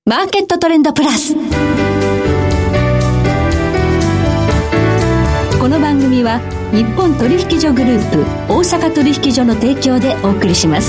マーケットトレンドプラス。この番組は日本取引所グループ大阪取引所の提供でお送りします。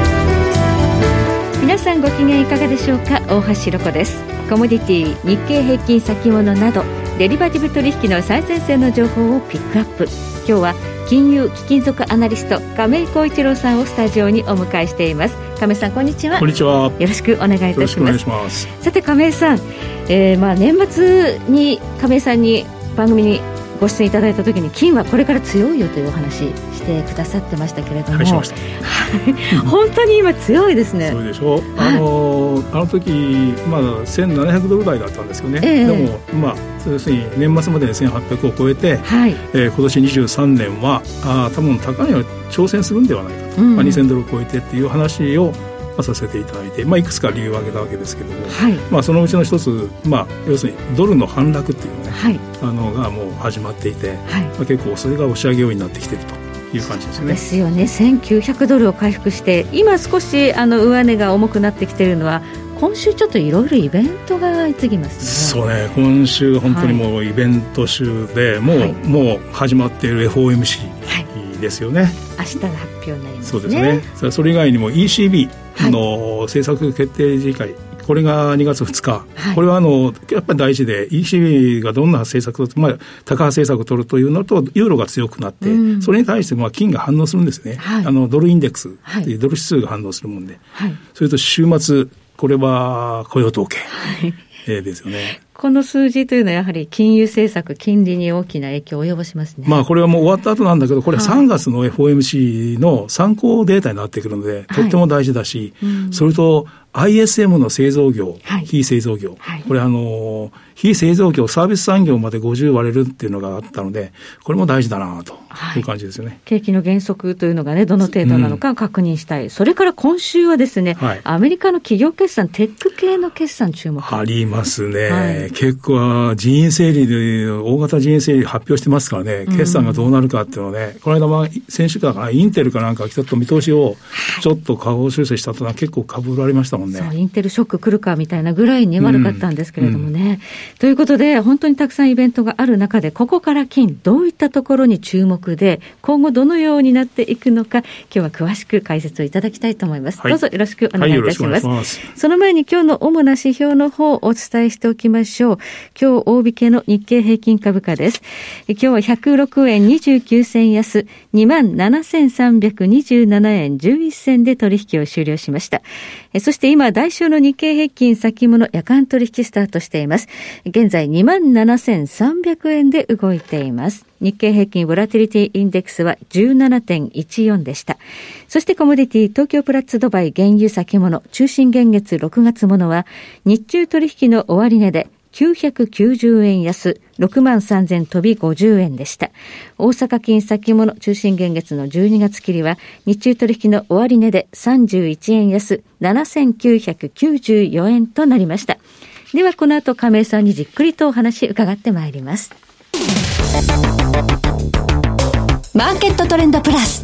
皆さんご機嫌いかがでしょうか。大橋ロコです。コモディティ、日経平均先物などデリバティブ取引の最前線の情報をピックアップ。今日は金融貴金属アナリスト亀井浩一郎さんをスタジオにお迎えしています。亀井さん、こんにちは。 こんにちは。 よろしくお願いいたします。 よろしくお願いします。 さて亀井さん、年末に亀井さんに番組にご出演いただいた時に金はこれから強いよというお話してくださってましたけれども、 はい、しました本当に今強いですね。 そうでしょう。あの時、1700ドル台だったんですよね、でも要するに年末までに1800を超えて、今年23年は多分高値を挑戦するんではないかと、2000ドルを超えてっていう話をさせていただいて、いくつか理由を挙げたわけですけども、そのうちの一つ、要するにドルの反落っていうのね、がもう始まっていて、結構それが押し上げようになってきているという感じですね。 ですよね。1900ドルを回復して今少し上値が重くなってきているのは、今週ちょっといろいろイベントが相次ぎますね。 そうね、今週本当にもうイベント週で、もう始まっている FOMC ですよね。 明日の発表になりますね。 そうですね。それ以外にも ECB の政策決定次会、これが2月2日、これはやっぱり大事で、 ECB がどんな政策を、高派政策を取るというのと、ユーロが強くなって、それに対して金が反応するんですね、ドルインデックスというドル指数が反応するもんで、それと週末、これは雇用統計、ですよね。 この数字というのはやはり金融政策、金利に大きな影響を及ぼしますね。 これはもう終わった後なんだけど、これ3月の FOMC の参考データになってくるので、とっても大事だし、それと ISM の製造業、非製造業、これ非製造業、サービス産業まで50割れるっていうのがあったので、これも大事だなという感じですよね。 景気の減速というのがね、どの程度なのか確認したい。それから今週はですね、アメリカの企業決算、テック系の決算注目ありますね。結構人員整理で大型人員整理発表してますからね、決算がどうなるかっていうのをね、この間先週からインテルかなんかちょっと見通しをちょっと下方修正したというのは結構株売られましたもんね。 そう、インテルショック来るかみたいなぐらいに悪かったんですけれどもね、ということで本当にたくさんイベントがある中で、ここから金どういったところに注目で、今後どのようになっていくのか、今日は詳しく解説をいただきたいと思います。どうぞよろしくお願いいたします。その前に今日の主な指標の方をお伝えしておきましょう。今日大引けの日経平均株価です。今日は106円29銭安、27,327円11銭で取引を終了しました。そして今、代償の日経平均先物夜間取引スタートしています。現在27,300円で動いています。日経平均ボラティリティインデックスは 17.14 でした。そしてコモディティ東京プラッツドバイ原油先物中心現月6月ものは日中取引の終値で990円安 63,000 飛び50円でした。大阪金先物中心現月の12月切りは日中取引の終値で31円安 7,994 円となりました。ではこの後亀井さんにじっくりとお話伺ってまいります。 マーケットトレンドプラス。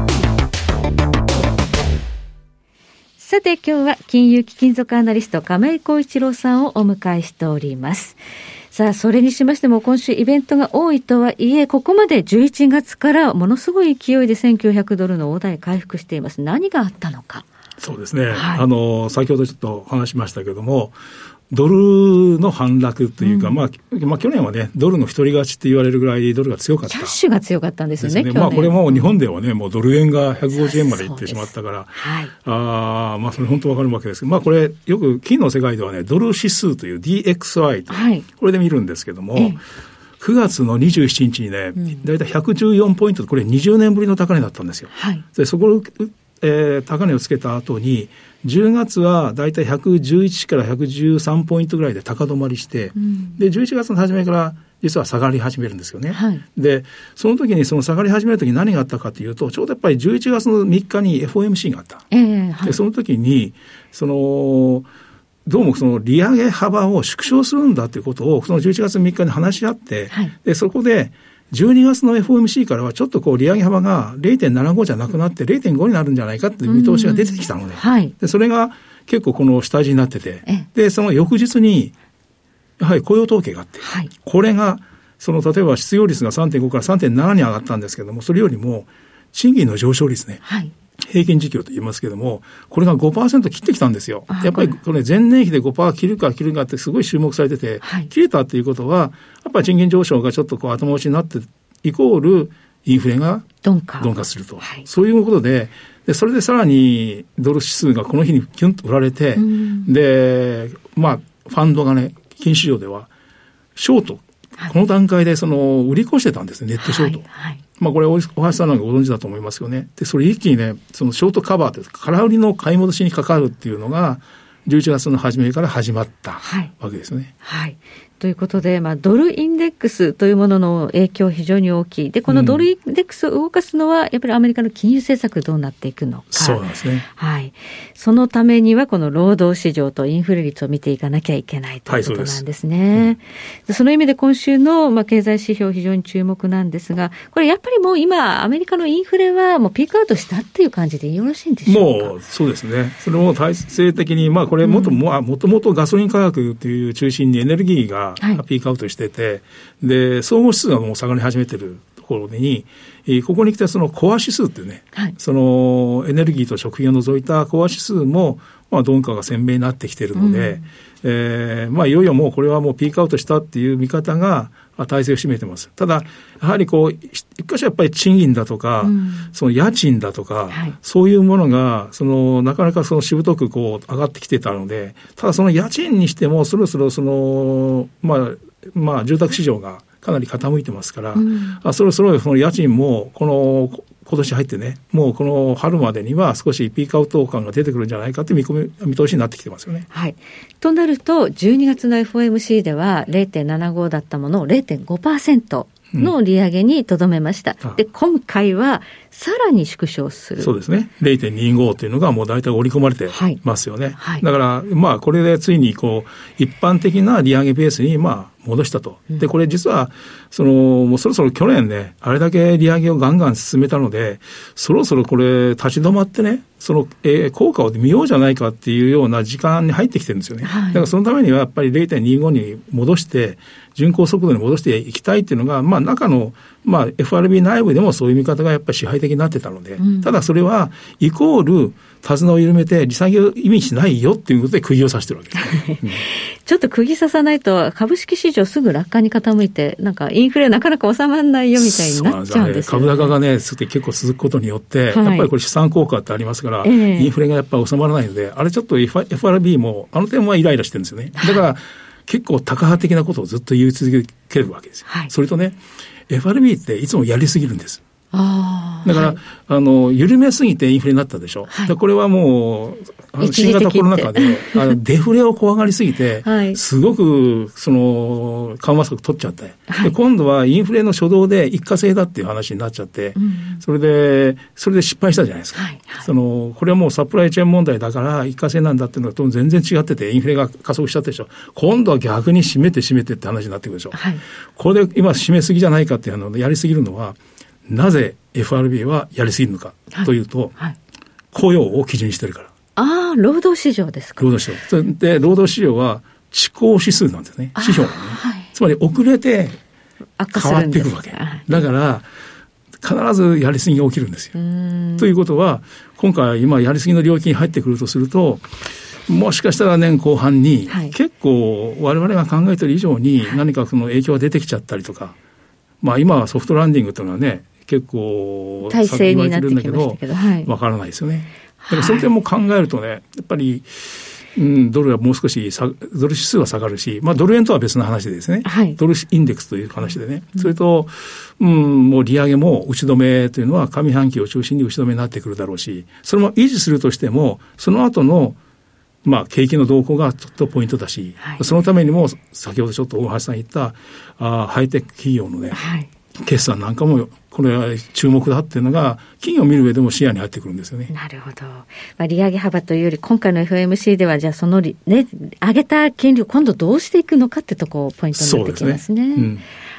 さて今日は金融貴金属アナリスト亀井浩一郎さんをお迎えしております。さあ、それにしましても今週イベントが多いとはいえ、ここまで11月からものすごい勢いで1900ドルの大台回復しています。何があったのか。 そうですね、先ほどちょっと話しましたけども、ドルの反落というか、去年はね、ドルの一人勝ちって言われるぐらいドルが強かった。 キャッシュが強かったんですよね。 これも日本ではね、もうドル円が150円までいってしまったから、それ本当わかるわけですけど、これよく金の世界ではね、ドル指数という DXY と、これで見るんですけども、9月の27日にね、だいたい114ポイント、これ20年ぶりの高値だったんですよ。でそこを高値をつけた後に10月はだいたい111から113ポイントぐらいで高止まりして、で11月の初めから実は下がり始めるんですよね。でその時にその下がり始める時に何があったかというと、ちょうどやっぱり11月の3日に FOMC があった、でその時にどうもその利上げ幅を縮小するんだということをその11月3日に話し合って、でそこで12月の FOMC からはちょっと利上げ幅が 0.75 じゃなくなって 0.5 になるんじゃないかという見通しが出てきたので、でそれが結構この下地になってて、で、その翌日に、やはり雇用統計があって、はい、これが、例えば失業率が 3.5 から 3.7 に上がったんですけども、それよりも、賃金の上昇率ね、はい、平均時給と言いますけども、これが 5% 切ってきたんですよ。やっぱりこれ前年比で 5% 切るかってすごい注目されてて、はい、切れたっていうことは、やっぱり賃金上昇がちょっとこう後回しになって、イコールインフレが鈍化すると。はい、そういうことで、それでさらにドル指数がこの日にキュンと売られて、で、ファンドがね、金市場では、ショート、この段階で売り越してたんですね、ネットショート。はいはい、これ、大橋さんなんかご存知だと思いますよね。で、それ一気にね、ショートカバーって、空売りの買い戻しにかかるっていうのが、11月の初めから始まったわけですね。はい。はい、 ということで、ドルインデックスというものの影響非常に大きい。で、このドルインデックスを動かすのは、やっぱりアメリカの金融政策どうなっていくのか。 そうなんですね。 はい。そのためには、この労働市場とインフレ率を見ていかなきゃいけないということなんですね。はい、その意味で今週の、経済指標非常に注目なんですが、これやっぱりもう今、アメリカのインフレはもうピークアウトしたっていう感じでよろしいんでしょうか。 もう、そうですね。それも体制的に、これもともとガソリン価格という中心にエネルギーがピークアウトしてて、で、総合指数がもう下がり始めてるところに、ここに来てコア指数っていうね、はい、エネルギーと食品を除いたコア指数も、鈍化が鮮明になってきているので、いよいよもうこれはもうピークアウトしたっていう見方が体制を占めてます。ただ、やはり一箇所やっぱり賃金だとか、家賃だとか、はい、そういうものが、なかなかしぶとく上がってきてたので、ただその家賃にしても、そろそろ住宅市場がかなり傾いてますから、そろそろその家賃も、今年入ってね、もうこの春までには少しピークアウト感が出てくるんじゃないかという見通しになってきてますよね。 はい。となると、12月の FOMC では 0.75 だったものを 0.5% の利上げにとどめました。で、今回はさらに縮小する。 そうですね。0.25 というのがもう大体織り込まれてますよね。はいはい、だから、これでついに一般的な利上げベースに戻したと。で、これ実は、もうそろそろ去年ね、あれだけ利上げをガンガン進めたので、そろそろこれ立ち止まってね、効果を見ようじゃないかっていうような時間に入ってきてるんですよね。はい、だからそのためにはやっぱり 0.25 に戻して、巡航速度に戻していきたいっていうのが、中の、FRB 内部でもそういう見方がやっぱり支配的になってたので、ただそれは、イコール、手綱を緩めて利下げを意味しないよっていうことで釘を刺してるわけですね。 ちょっと釘刺さないと株式市場すぐ楽観に傾いて、インフレなかなか収まらないよみたいになっちゃうんですよね。 株高がね、結構続くことによって、やっぱりこれ資産効果ってありますから、インフレがやっぱり収まらないので、あれちょっと FRB もあの点はイライラしてるんですよね。だから、結構タカ派的なことをずっと言い続けるわけですよ。はい、それとね、FRB っていつもやりすぎるんです。だから、はい、緩めすぎてインフレになったでしょ。はい、これはもう、新型コロナ禍で、デフレを怖がりすぎて、はい、すごく、緩和策取っちゃって、はい、で、今度はインフレの初動で一過性だっていう話になっちゃって、それで失敗したじゃないですか。はいはい、これはもうサプライチェーン問題だから一過性なんだっていうのと全然違ってて、インフレが加速しちゃったでしょ。今度は逆に締めてって話になってくるでしょ。はい、これで今締めすぎじゃないかっていうのをやりすぎるのは、なぜ FRB はやりすぎるのかというと、はいはい、雇用を基準にしてるから。 労働市場ですか。 労働市場。で、労働市場は遅行指数なんですね。指標なんね、はい。つまり遅れて変わっていくわけ。だから、必ずやりすぎが起きるんですよ。ということは、今回今やりすぎの領域に入ってくるとすると、もしかしたら年後半に、結構我々が考えている以上に何かその影響が出てきちゃったりとか、今はソフトランディングというのはね、結構体制になってきましたけど、 わからないですよね。だからその点も考えるとね、やっぱり、ドルはもう少しドル指数は下がるし、ドル円とは別の話でですね、はい、ドルインデックスという話でね、それと、もう利上げも打ち止めというのは上半期を中心に打ち止めになってくるだろうし、それも維持するとしても、その後の景気の動向がちょっとポイントだし、はい、そのためにも先ほどちょっと大橋さん言ったハイテク企業のね、はい、決算なんかもこれは注目だっていうのが企業を見る上でも視野に入ってくるんですよね。 なるほど。利上げ幅というより今回の FOMC ではじゃあその上げた金利を今度どうしていくのかってとこポイントになってきますね。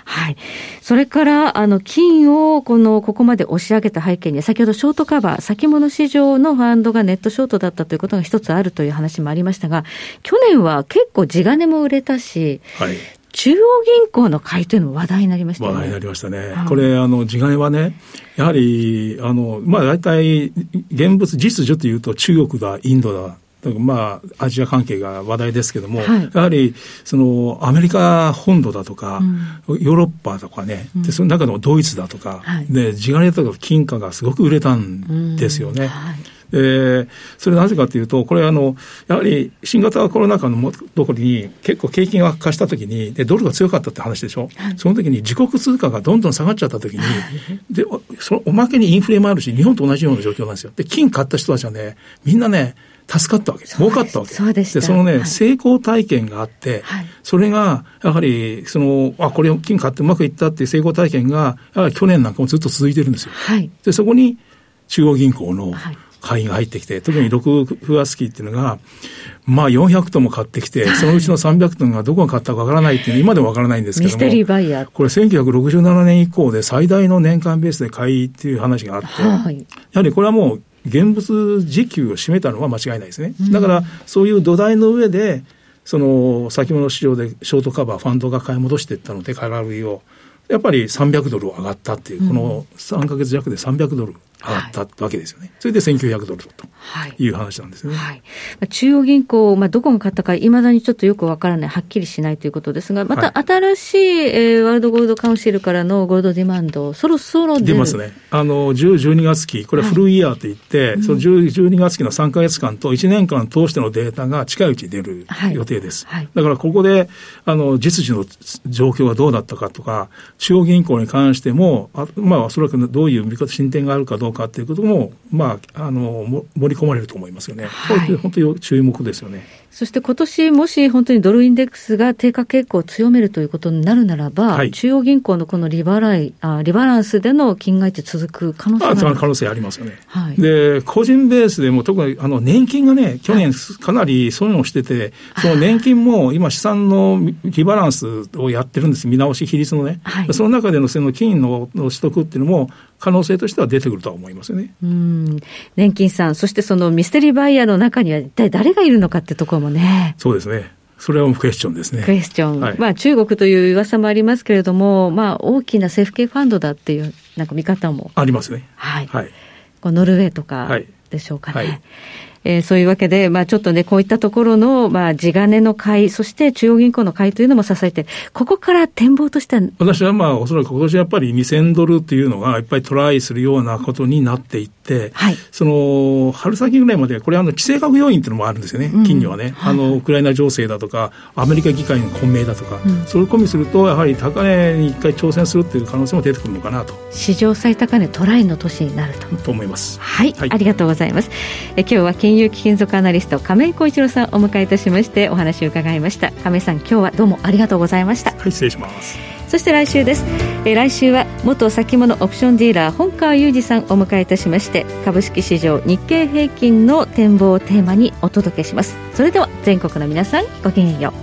はい。それから、金をここまで押し上げた背景に、先ほどショートカバー、先物市場のファンドがネットショートだったということが一つあるという話もありましたが、去年は結構地金も売れたし、はい。中央銀行の買いというのも話題になりましたね。 話題になりましたね。これ、地金はね、やはり、大体、現物実需というと中国だ、インドだ、アジア関係が話題ですけども、はい、やはり、アメリカ本土だとか、ヨーロッパとかね、で、その中でもドイツだとか、で、地金とか金貨がすごく売れたんですよね。それなぜかというと、これやはり新型コロナ禍のところに結構景気が悪化したときに、で、ドルが強かったって話でしょ。はい、その時に自国通貨がどんどん下がっちゃったときに、で、そのおまけにインフレもあるし、日本と同じような状況なんですよ。で、金買った人たちはね、みんなね、助かったわけです。儲かったわけです。 そうでした。 で、そのね、成功体験があって、それが、やはり、これを金買ってうまくいったっていう成功体験が、やはり去年なんかもずっと続いてるんですよ。で、そこに中央銀行の買いが入ってきて、特に6月期っていうのが、400トンも買ってきて、そのうちの300トンがどこが買ったかわからないっていうのは今でもわからないんですけども。 ミステリーバイヤー。 これ1967年以降で最大の年間ベースで買いっていう話があって、やはりこれはもう現物時給を占めたのは間違いないですね。だから、そういう土台の上で、先物市場でショートカバー、ファンドが買い戻していったので、空売りを、やっぱり300ドル上がったっていう、この3ヶ月弱で300ドル上がったわけですよね。それで1900ドルという話なんですね。 中央銀行、どこが買ったか、いまだにちょっとよくわからない、はっきりしないということですが、また新しい、ワールドゴールドカウンシルからのゴールドディマンド、そろそろ出ますね。10、12月期、これフルイヤーといって、その10、12月期の3ヶ月間と1年間通してのデータが近いうちに出る予定です。だからここで、実需の状況がどうだったかとか、中央銀行に関しても、おそらくどういう見方、進展があるかどうかということも、盛り込まれると思いますよね。これ本当に注目ですよね。 そして今年もし本当にドルインデックスが低下傾向を強めるということになるならば、中央銀行のこのリバランスでの金買いって続く可能性がある？ 可能性ありますよね。で、個人ベースでも特に年金がね、去年かなりそういうのをしてて、その年金も今資産のリバランスをやってるんです。見直し比率のね。その中でのその金の取得っていうのも可能性としては出てくるとは思いますよね。 年金さん、そしてそのミステリーバイヤーの中には一体誰がいるのかってところもね。 そうですね。それはクエスチョンですね。 クエスチョン。中国という噂もありますけれども、大きな政府系ファンドだっていうなんか見方もありますね。 ノルウェーとかでしょうかね。そういうわけで、ちょっとね、こういったところの、地金の買い、そして中央銀行の買いというのも支えて、ここから展望としては。 私はおそらく今年やっぱり2000ドルっていうのがいっぱいトライするようなことになっていって、春先ぐらいまで、これ地政学要因っていうのもあるんですよね、金にはね。ウクライナ情勢だとか、アメリカ議会の混迷だとか、それを込みすると、やはり高値に一回挑戦するっていう可能性も出てくるのかなと。 史上最高値トライの年になると思います。 ありがとうございます。今日は金融貴金属アナリスト亀井浩一郎さんをお迎えいたしましてお話を伺いました。亀井さん、今日はどうもありがとうございました。 失礼します。 そして来週です。来週は元先物オプションディーラー本川雄二さんをお迎えいたしまして、株式市場日経平均の展望をテーマにお届けします。それでは全国の皆さん、ごきげんよう。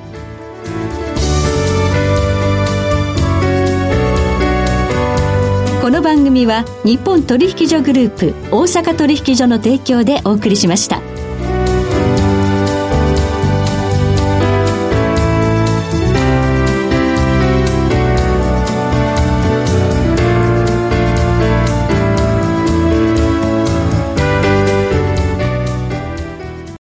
この番組は日本取引所グループ大阪取引所の提供でお送りしました。